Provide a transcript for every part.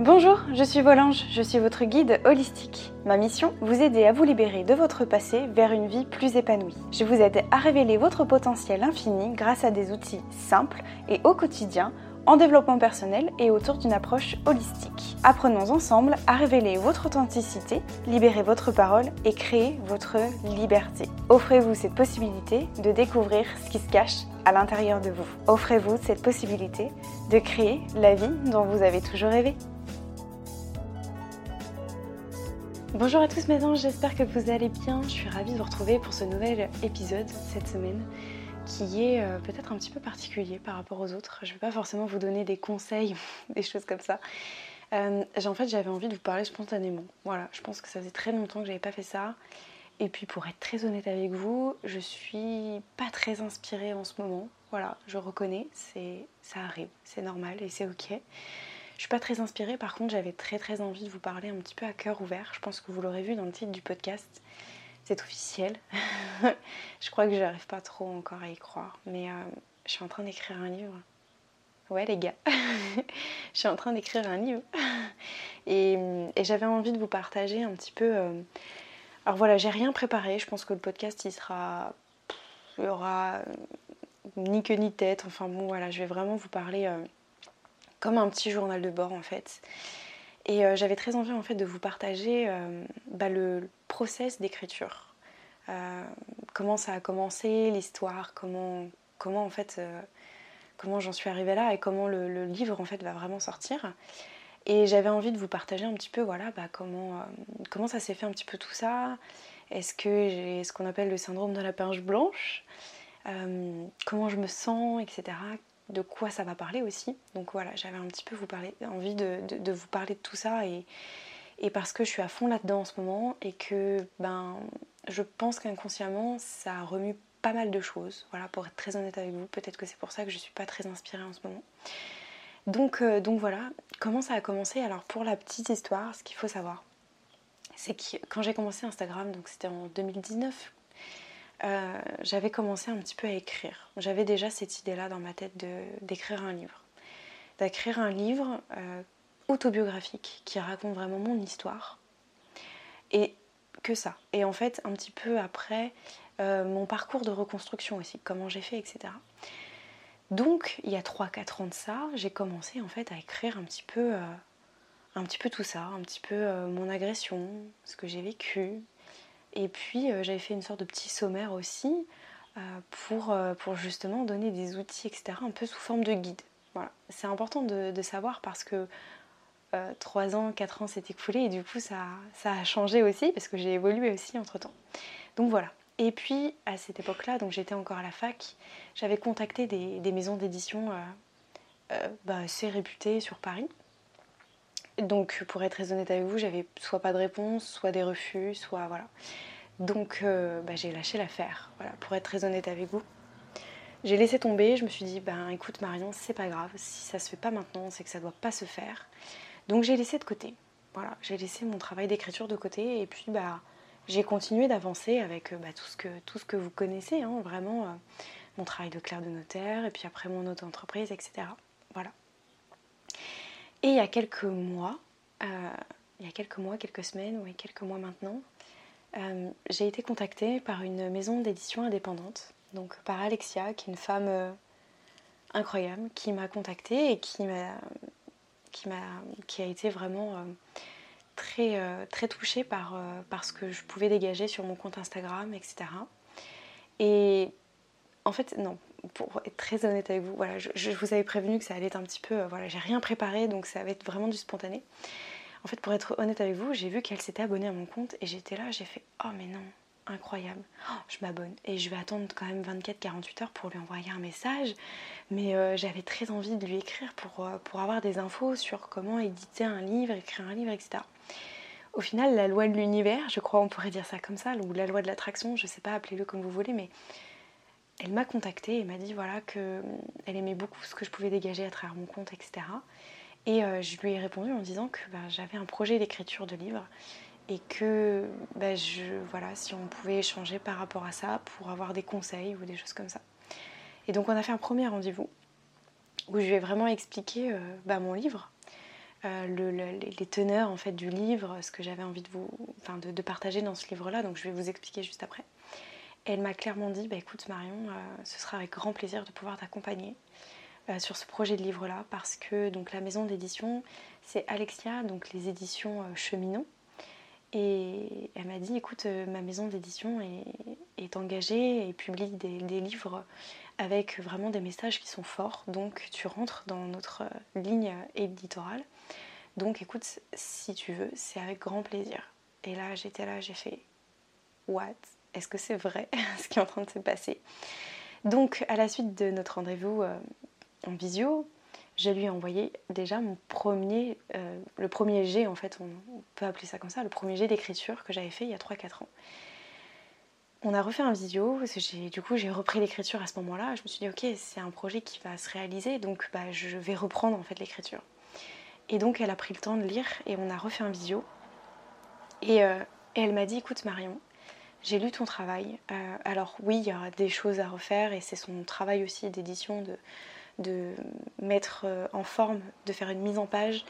Bonjour, je suis Volange, je suis votre guide holistique. Ma mission, vous aider à vous libérer de votre passé vers une vie plus épanouie. Je vous aide à révéler votre potentiel infini grâce à des outils simples et au quotidien, en développement personnel et autour d'une approche holistique. Apprenons ensemble à révéler votre authenticité, libérer votre parole et créer votre liberté. Offrez-vous cette possibilité de découvrir ce qui se cache à l'intérieur de vous. Offrez-vous cette possibilité de créer la vie dont vous avez toujours rêvé. Bonjour à tous mes anges, j'espère que vous allez bien. Je suis ravie de vous retrouver pour ce nouvel épisode cette semaine qui est peut-être un petit peu particulier par rapport aux autres. Je ne vais pas forcément vous donner des conseils, des choses comme ça. J'avais envie de vous parler spontanément. Voilà, je pense que ça faisait très longtemps que j'avais pas fait ça. Et puis pour être très honnête avec vous, je suis pas très inspirée en ce moment. Voilà, je reconnais, ça arrive, c'est normal et c'est ok. Je suis pas très inspirée, par contre j'avais très envie de vous parler un petit peu à cœur ouvert. Je pense que vous l'aurez vu dans le titre du podcast, c'est officiel. Je crois que j'arrive pas trop encore à y croire, mais je suis en train d'écrire un livre. Ouais les gars, je suis en train d'écrire un livre. Et j'avais envie de vous partager un petit peu... Alors voilà, j'ai rien préparé, je pense que le podcast il y aura ni queue ni tête. Enfin bon voilà, je vais vraiment vous parler... comme un petit journal de bord en fait. Et j'avais très envie en fait de vous partager le process d'écriture. Comment ça a commencé, l'histoire, comment en fait comment j'en suis arrivée là et comment le livre en fait va vraiment sortir. Et j'avais envie de vous partager un petit peu voilà comment ça s'est fait un petit peu tout ça. Est-ce que j'ai ce qu'on appelle le syndrome de la page blanche, comment je me sens, etc. De quoi ça va parler aussi. Donc voilà, j'avais un petit peu envie de vous parler de tout ça et parce que je suis à fond là-dedans en ce moment et que je pense qu'inconsciemment ça remue pas mal de choses. Voilà, pour être très honnête avec vous, peut-être que c'est pour ça que je suis pas très inspirée en ce moment. Donc voilà, comment ça a commencé. Alors pour la petite histoire, ce qu'il faut savoir, c'est que quand j'ai commencé Instagram, donc c'était en 2019, j'avais commencé un petit peu à écrire. J'avais déjà cette idée-là dans ma tête d'écrire un livre. D'écrire un livre autobiographique qui raconte vraiment mon histoire. Et que ça. Et en fait, un petit peu après, mon parcours de reconstruction aussi, comment j'ai fait, etc. Donc, il y a 3-4 ans de ça, j'ai commencé en fait à écrire un petit peu tout ça, un petit peu mon agression, ce que j'ai vécu. Et puis j'avais fait une sorte de petit sommaire aussi pour justement donner des outils, etc. un peu sous forme de guide. Voilà. C'est important de savoir parce que 3 ans, 4 ans s'est écoulé et du coup ça a changé aussi parce que j'ai évolué aussi entre temps. Donc voilà. Et puis à cette époque-là, donc j'étais encore à la fac, j'avais contacté des maisons d'édition assez réputées sur Paris. Donc pour être très honnête avec vous, j'avais soit pas de réponse, soit des refus, soit voilà. Donc j'ai lâché l'affaire, voilà, pour être très honnête avec vous. J'ai laissé tomber, je me suis dit, écoute Marion, c'est pas grave, si ça se fait pas maintenant, c'est que ça doit pas se faire. Donc j'ai laissé de côté, voilà, j'ai laissé mon travail d'écriture de côté et puis j'ai continué d'avancer avec tout ce que vous connaissez, hein, vraiment, mon travail de clerc de notaire et puis après mon auto-entreprise, etc. Voilà. Et il y a quelques mois, quelques semaines, oui, quelques mois maintenant, j'ai été contactée par une maison d'édition indépendante, donc par Alexia, qui est une femme incroyable, qui m'a contactée et qui a été vraiment très touchée par ce que je pouvais dégager sur mon compte Instagram, etc. Et en fait, non, pour être très honnête avec vous, voilà, je vous avais prévenu que ça allait être un petit peu... voilà, j'ai rien préparé, donc ça va être vraiment du spontané. En fait, pour être honnête avec vous, j'ai vu qu'elle s'était abonnée à mon compte et j'étais là, j'ai fait « Oh mais non, incroyable, je m'abonne » et je vais attendre quand même 24-48 heures pour lui envoyer un message. Mais j'avais très envie de lui écrire pour avoir des infos sur comment éditer un livre, écrire un livre, etc. Au final, la loi de l'univers, je crois on pourrait dire ça comme ça, ou la loi de l'attraction, je sais pas, appelez-le comme vous voulez, mais elle m'a contactée et m'a dit voilà qu'elle aimait beaucoup ce que je pouvais dégager à travers mon compte, etc. Et je lui ai répondu en disant que j'avais un projet d'écriture de livre et que si on pouvait échanger par rapport à ça pour avoir des conseils ou des choses comme ça. Et donc on a fait un premier rendez-vous où je lui ai vraiment expliqué mon livre, les teneurs en fait du livre, ce que j'avais envie de partager dans ce livre-là, donc je vais vous expliquer juste après. Et elle m'a clairement dit, écoute Marion, ce sera avec grand plaisir de pouvoir t'accompagner sur ce projet de livre-là, parce que donc la maison d'édition, c'est Alexia, donc les éditions Cheminot. Et elle m'a dit, écoute, ma maison d'édition est engagée et publie des livres avec vraiment des messages qui sont forts, donc tu rentres dans notre ligne éditoriale. Donc écoute, si tu veux, c'est avec grand plaisir. Et là, j'étais là, j'ai fait, what? Est-ce que c'est vrai ce qui est en train de se passer? Donc à la suite de notre rendez-vous en visio, je lui ai envoyé déjà le premier jet, en fait, on peut appeler ça comme ça, le premier jet d'écriture que j'avais fait il y a 3-4 ans. On a refait un visio, du coup j'ai repris l'écriture à ce moment-là, je me suis dit ok, c'est un projet qui va se réaliser, donc je vais reprendre en fait l'écriture. Et donc elle a pris le temps de lire et on a refait un visio. Et elle m'a dit, écoute Marion, j'ai lu ton travail, alors oui, il y aura des choses à refaire et c'est son travail aussi d'édition de mettre en forme, de faire une mise en page,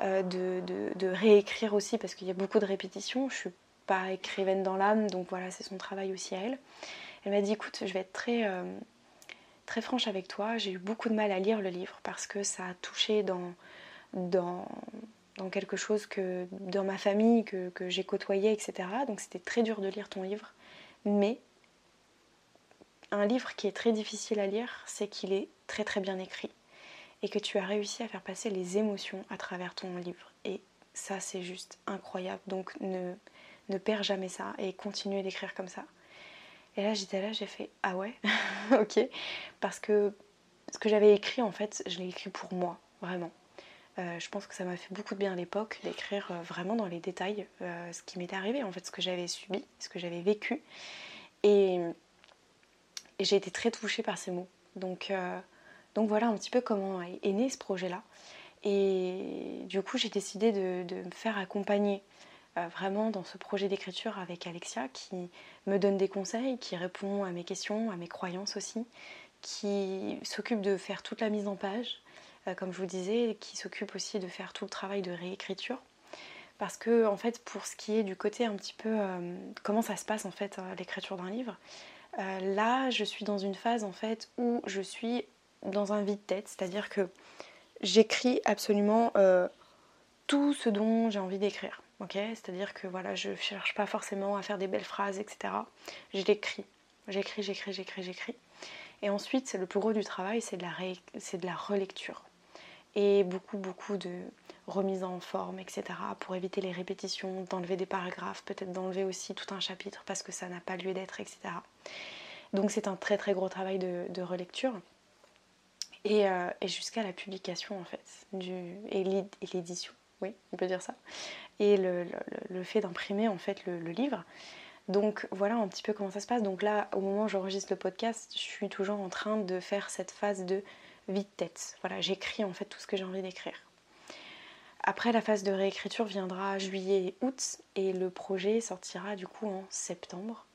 de réécrire aussi parce qu'il y a beaucoup de répétitions. Je suis pas écrivaine dans l'âme, donc voilà, c'est son travail aussi à elle. Elle m'a dit, écoute, je vais être très franche avec toi, j'ai eu beaucoup de mal à lire le livre parce que ça a touché dans quelque chose que dans ma famille que j'ai côtoyé, etc. Donc c'était très dur de lire ton livre, mais un livre qui est très difficile à lire, c'est qu'il est très très bien écrit et que tu as réussi à faire passer les émotions à travers ton livre. Et ça, c'est juste incroyable. Donc ne perds jamais ça et continue d'écrire comme ça. Et là, j'étais là, j'ai fait ah ouais, ok. Parce que ce que j'avais écrit, en fait, je l'ai écrit pour moi, vraiment. Je pense que ça m'a fait beaucoup de bien à l'époque d'écrire vraiment dans les détails ce qui m'était arrivé, en fait, ce que j'avais subi, ce que j'avais vécu. Et j'ai été très touchée par ces mots. Donc voilà un petit peu comment est né ce projet-là. Et du coup, j'ai décidé de me faire accompagner vraiment dans ce projet d'écriture avec Alexia qui me donne des conseils, qui répond à mes questions, à mes croyances aussi, qui s'occupe de faire toute la mise en page, comme je vous disais, qui s'occupe aussi de faire tout le travail de réécriture. Parce que en fait, pour ce qui est du côté un petit peu comment ça se passe en fait l'écriture d'un livre, là, je suis dans une phase en fait où je suis dans un vide-tête, c'est-à-dire que j'écris absolument tout ce dont j'ai envie d'écrire. Okay, c'est-à-dire que voilà, je ne cherche pas forcément à faire des belles phrases, etc. Je l'écris. J'écris. Et ensuite, le plus gros du travail, c'est de la relecture. Et beaucoup de remise en forme, etc. pour éviter les répétitions, d'enlever des paragraphes, peut-être d'enlever aussi tout un chapitre parce que ça n'a pas lieu d'être, etc. Donc c'est un très très gros travail de relecture. Et jusqu'à la publication en fait, et l'édition, oui, on peut dire ça, et le fait d'imprimer en fait le livre. Donc voilà un petit peu comment ça se passe. Donc là, au moment où j'enregistre le podcast, je suis toujours en train de faire cette phase de vide-tête. Voilà, j'écris en fait tout ce que j'ai envie d'écrire. Après, la phase de réécriture viendra juillet et août, et le projet sortira du coup en septembre.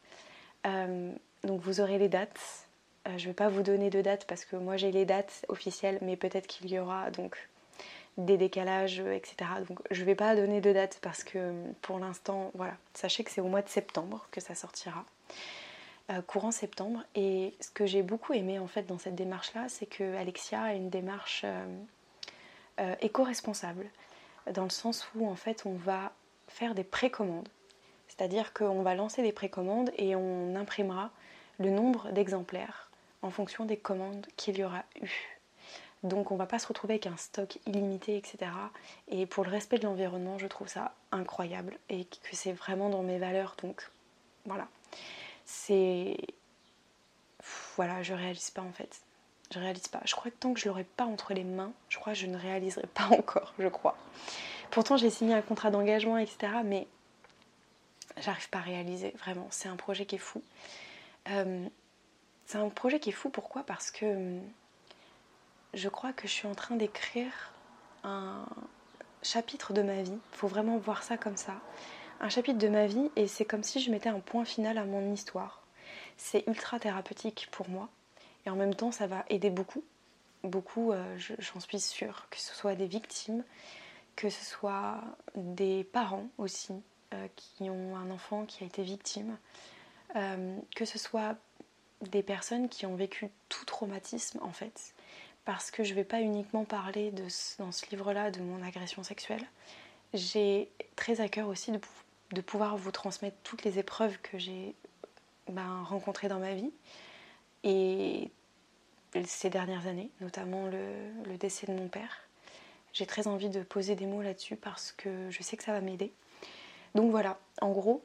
Donc vous aurez les dates. Je ne vais pas vous donner de dates parce que moi j'ai les dates officielles, mais peut-être qu'il y aura donc des décalages, etc. Donc je ne vais pas donner de date parce que pour l'instant, voilà, sachez que c'est au mois de septembre que ça sortira, courant septembre. Et ce que j'ai beaucoup aimé en fait dans cette démarche-là, c'est que Alexia a une démarche éco-responsable, dans le sens où en fait on va faire des précommandes. C'est-à-dire qu'on va lancer des précommandes et on imprimera le nombre d'exemplaires en fonction des commandes qu'il y aura eu. Donc on ne va pas se retrouver avec un stock illimité, etc. Et pour le respect de l'environnement, je trouve ça incroyable et que c'est vraiment dans mes valeurs. Donc voilà, voilà, je réalise pas en fait. Je réalise pas. Je crois que tant que je l'aurai pas entre les mains, je crois que je ne réaliserai pas encore, je crois. Pourtant j'ai signé un contrat d'engagement, etc. Mais j'arrive pas à réaliser, vraiment. C'est un projet qui est fou. C'est un projet qui est fou, pourquoi ? Parce que je crois que je suis en train d'écrire un chapitre de ma vie. Il faut vraiment voir ça comme ça. Un chapitre de ma vie, et c'est comme si je mettais un point final à mon histoire. C'est ultra thérapeutique pour moi. Et en même temps, ça va aider beaucoup. Beaucoup, j'en suis sûre, que ce soit des victimes, que ce soit des parents aussi qui ont un enfant qui a été victime, que ce soit des personnes qui ont vécu tout traumatisme en fait, parce que je ne vais pas uniquement parler dans ce livre-là de mon agression sexuelle. J'ai très à cœur aussi de pouvoir vous transmettre toutes les épreuves que j'ai rencontrées dans ma vie et ces dernières années, notamment le décès de mon père. J'ai très envie de poser des mots là-dessus parce que je sais que ça va m'aider. Donc voilà, en gros,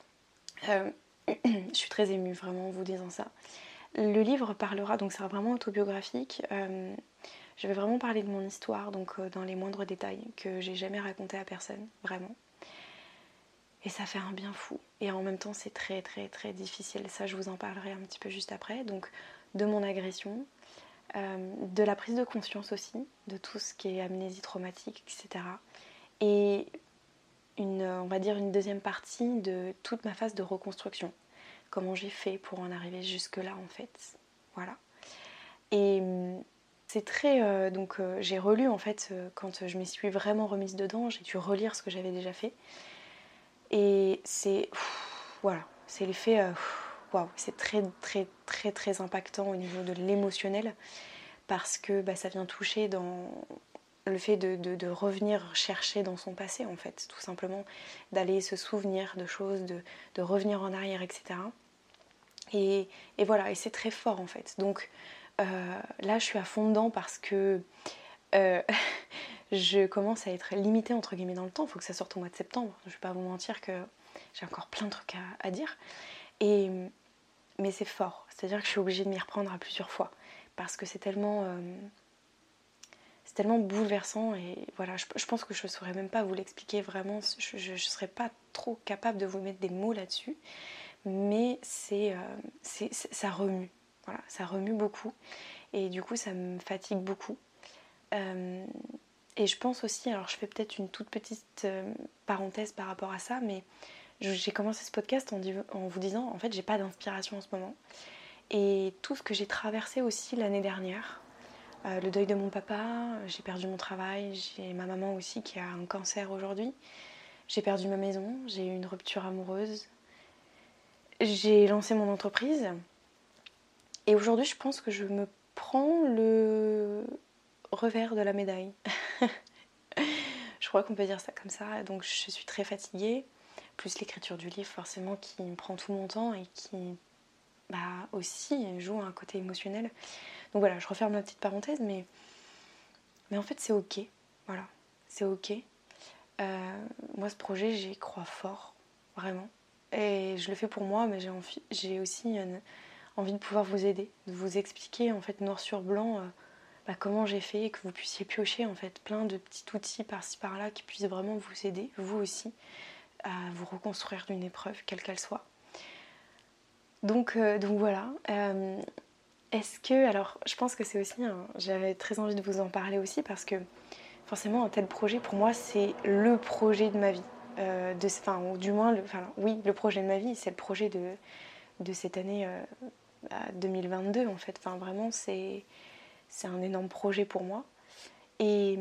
je suis très émue vraiment en vous disant ça. Le livre parlera, donc ça sera vraiment autobiographique. Je vais vraiment parler de mon histoire, donc dans les moindres détails, que j'ai jamais raconté à personne, vraiment. Et ça fait un bien fou. Et en même temps, c'est très très très difficile. Ça, je vous en parlerai un petit peu juste après. Donc, de mon agression, de la prise de conscience aussi, de tout ce qui est amnésie traumatique, etc. Et on va dire une deuxième partie de toute ma phase de reconstruction. Comment j'ai fait pour en arriver jusque-là, en fait. Voilà. Et c'est très... j'ai relu, en fait, quand je m'y suis vraiment remise dedans, j'ai dû relire ce que j'avais déjà fait. Et c'est... Voilà, c'est l'effet... Waouh, c'est très, très, très, très impactant au niveau de l'émotionnel parce que ça vient toucher dans le fait de revenir chercher dans son passé, en fait, tout simplement, d'aller se souvenir de choses, de revenir en arrière, etc. Et voilà, et c'est très fort, en fait. Donc là, je suis à fond dedans parce que je commence à être limitée, entre guillemets, dans le temps. Il faut que ça sorte au mois de septembre. Je ne vais pas vous mentir que j'ai encore plein de trucs à dire. Mais c'est fort, c'est-à-dire que je suis obligée de m'y reprendre à plusieurs fois parce que c'est tellement bouleversant et voilà, je pense que je ne saurais même pas vous l'expliquer vraiment, je ne serais pas trop capable de vous mettre des mots là-dessus, mais ça remue, voilà, ça remue beaucoup et du coup ça me fatigue beaucoup. Et je pense aussi, alors je fais peut-être une toute petite parenthèse par rapport à ça, mais j'ai commencé ce podcast en vous disant, en fait, j'ai pas d'inspiration en ce moment. Et tout ce que j'ai traversé aussi l'année dernière, le deuil de mon papa, j'ai perdu mon travail, j'ai ma maman aussi qui a un cancer aujourd'hui, j'ai perdu ma maison, j'ai eu une rupture amoureuse, j'ai lancé mon entreprise. Et aujourd'hui, je pense que je me prends le revers de la médaille. Je crois qu'on peut dire ça comme ça. Donc je suis très fatiguée, plus l'écriture du livre forcément qui me prend tout mon temps et qui aussi joue un côté émotionnel. Donc voilà, je referme ma petite parenthèse, mais en fait c'est ok. Voilà, c'est ok. Moi ce projet j'y crois fort, vraiment. Et je le fais pour moi, mais j'ai aussi envie de pouvoir vous aider, de vous expliquer en fait noir sur blanc comment j'ai fait et que vous puissiez piocher en fait plein de petits outils par-ci par-là qui puissent vraiment vous aider, vous aussi, à vous reconstruire d'une épreuve, quelle qu'elle soit. Donc voilà. Est-ce que, alors je pense que c'est aussi, j'avais très envie de vous en parler aussi parce que forcément un tel projet pour moi c'est le projet de ma vie. Ou du moins, le projet de ma vie, c'est le projet de cette année 2022 en fait. Enfin vraiment c'est un énorme projet pour moi. Et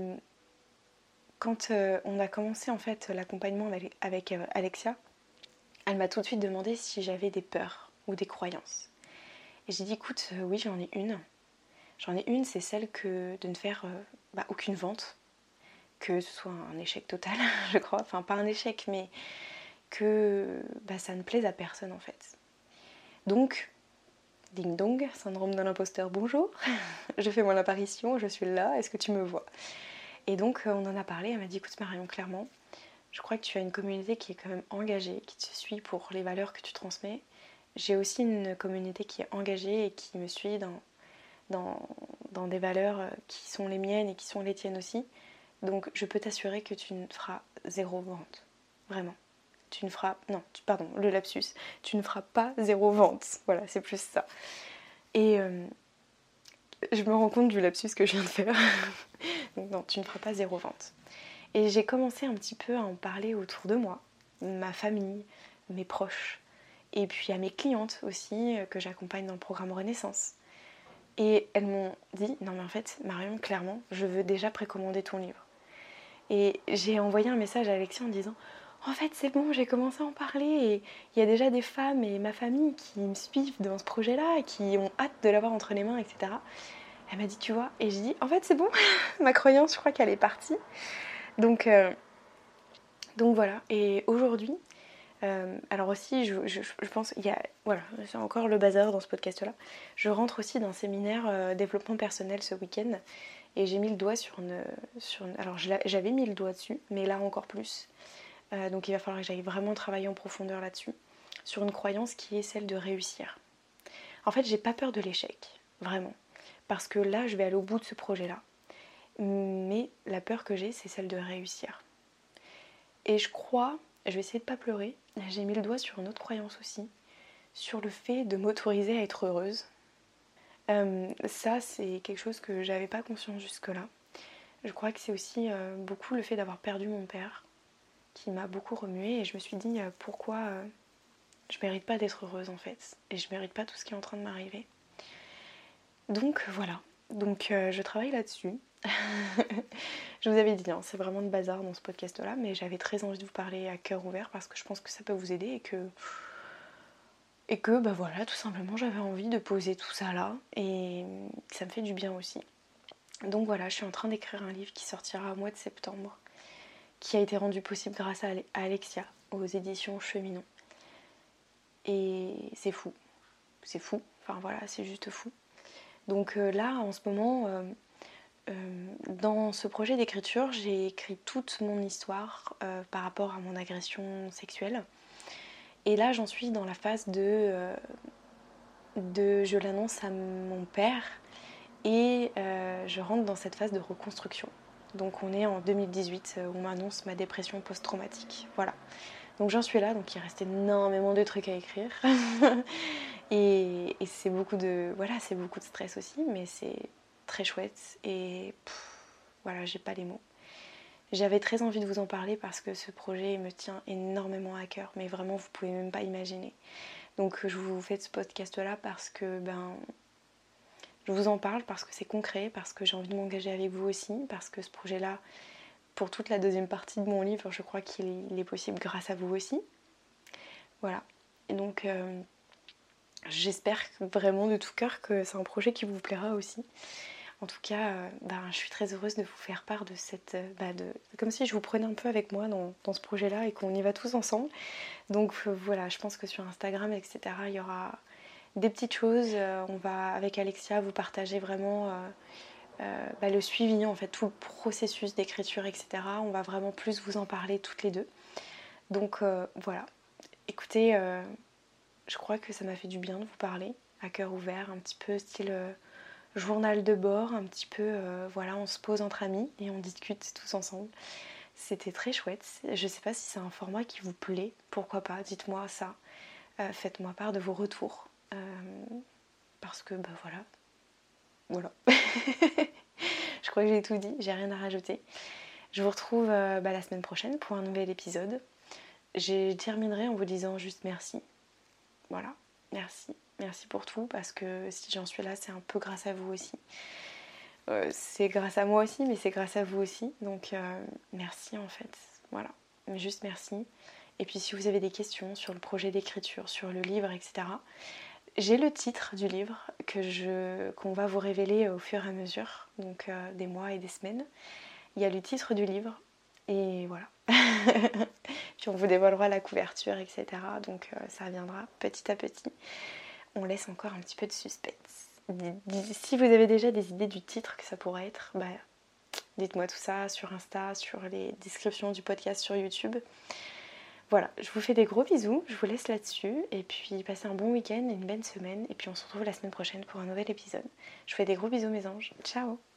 quand on a commencé en fait l'accompagnement avec Alexia, elle m'a tout de suite demandé si j'avais des peurs ou des croyances. Et j'ai dit écoute, oui j'en ai une. J'en ai une, c'est celle de ne faire aucune vente, que ce soit un échec total, je crois. Enfin pas un échec, mais que ça ne plaise à personne en fait. Donc, ding dong, syndrome de l'imposteur, bonjour. Je fais mon apparition, je suis là, est-ce que tu me vois? Et donc on en a parlé, elle m'a dit écoute Marion, clairement, je crois que tu as une communauté qui est quand même engagée, qui te suit pour les valeurs que tu transmets. J'ai aussi une communauté qui est engagée et qui me suit dans des valeurs qui sont les miennes et qui sont les tiennes aussi. Donc je peux t'assurer que tu ne feras zéro vente. Vraiment. Tu ne feras... Non, pardon, le lapsus. Tu ne feras pas zéro vente. Voilà, c'est plus ça. Et je me rends compte du lapsus que je viens de faire. Donc non, tu ne feras pas zéro vente. Et j'ai commencé un petit peu à en parler autour de moi, ma famille, mes proches, et puis à mes clientes aussi que j'accompagne dans le programme Renaissance. Et elles m'ont dit, non mais en fait Marion, clairement, je veux déjà précommander ton livre. Et j'ai envoyé un message à Alexia en disant en fait c'est bon, j'ai commencé à en parler et il y a déjà des femmes et ma famille qui me suivent dans ce projet-là et qui ont hâte de l'avoir entre les mains, etc. Elle m'a dit tu vois, et j'ai dit en fait c'est bon, ma croyance je crois qu'elle est partie. Donc voilà, et aujourd'hui, alors aussi je pense, voilà, c'est encore le bazar dans ce podcast-là, je rentre aussi d'un séminaire développement personnel ce week-end et j'ai mis le doigt sur alors j'avais mis le doigt dessus, mais là encore plus. Donc il va falloir que j'aille vraiment travailler en profondeur là-dessus, sur une croyance qui est celle de réussir. En fait, j'ai pas peur de l'échec, vraiment, parce que là, je vais aller au bout de ce projet-là. Mais la peur que j'ai, c'est celle de réussir. Et je vais essayer de pas pleurer, j'ai mis le doigt sur une autre croyance aussi, sur le fait de m'autoriser à être heureuse. Ça, c'est quelque chose que j'avais pas conscience jusque-là. Je crois que c'est aussi beaucoup le fait d'avoir perdu mon père, qui m'a beaucoup remuée, et je me suis dit pourquoi je mérite pas d'être heureuse en fait, et je mérite pas tout ce qui est en train de m'arriver. Donc voilà, je travaille là-dessus. Je vous avais dit, hein, c'est vraiment de bazar dans ce podcast-là, mais j'avais très envie de vous parler à cœur ouvert parce que je pense que ça peut vous aider et que bah voilà, tout simplement j'avais envie de poser tout ça là et ça me fait du bien aussi. Donc voilà, je suis en train d'écrire un livre qui sortira au mois de septembre, qui a été rendu possible grâce à Alexia, aux éditions Cheminon. Et c'est fou, enfin voilà, c'est juste fou. Donc là, en ce moment, dans ce projet d'écriture, j'ai écrit toute mon histoire par rapport à mon agression sexuelle. Et là, j'en suis dans la phase de je l'annonce à mon père et je rentre dans cette phase de reconstruction. Donc on est en 2018 où on m'annonce ma dépression post-traumatique. Voilà. Donc j'en suis là, donc il reste énormément de trucs à écrire. et c'est beaucoup de stress aussi, mais c'est très chouette et voilà, j'ai pas les mots. J'avais très envie de vous en parler parce que ce projet me tient énormément à cœur, mais vraiment vous pouvez même pas imaginer. Donc je vous fais ce podcast là parce que je vous en parle, parce que c'est concret, parce que j'ai envie de m'engager avec vous aussi, parce que ce projet là, pour toute la deuxième partie de mon livre, je crois qu'il est possible grâce à vous aussi. Voilà. Et donc j'espère vraiment de tout cœur que c'est un projet qui vous plaira aussi. En tout cas, je suis très heureuse de vous faire part de cette... comme si je vous prenais un peu avec moi dans ce projet-là et qu'on y va tous ensemble. Donc voilà, je pense que sur Instagram, etc., il y aura des petites choses. On va, avec Alexia, vous partager vraiment le suivi, en fait, tout le processus d'écriture, etc. On va vraiment plus vous en parler toutes les deux. Donc voilà. Écoutez, je crois que ça m'a fait du bien de vous parler à cœur ouvert, un petit peu style... journal de bord, un petit peu, on se pose entre amis et on discute tous ensemble. C'était très chouette. Je sais pas si c'est un format qui vous plaît, pourquoi pas, dites-moi ça. Faites-moi part de vos retours. Parce que, voilà. Je crois que j'ai tout dit, j'ai rien à rajouter. Je vous retrouve la semaine prochaine pour un nouvel épisode. Je terminerai en vous disant juste merci. Voilà, merci. Merci pour tout, parce que si j'en suis là, c'est un peu grâce à vous aussi. C'est grâce à moi aussi, mais c'est grâce à vous aussi. Donc merci en fait. Voilà, juste merci. Et puis si vous avez des questions sur le projet d'écriture, sur le livre, etc., j'ai le titre du livre qu'on va vous révéler au fur et à mesure, donc des mois et des semaines. Il y a le titre du livre, et voilà. Puis on vous dévoilera la couverture, etc. Donc ça viendra petit à petit. On laisse encore un petit peu de suspense. Si vous avez déjà des idées du titre que ça pourrait être, dites-moi tout ça sur Insta, sur les descriptions du podcast sur YouTube. Voilà, je vous fais des gros bisous, je vous laisse là-dessus, et puis passez un bon week-end et une belle semaine, et puis on se retrouve la semaine prochaine pour un nouvel épisode. Je vous fais des gros bisous mes anges, ciao!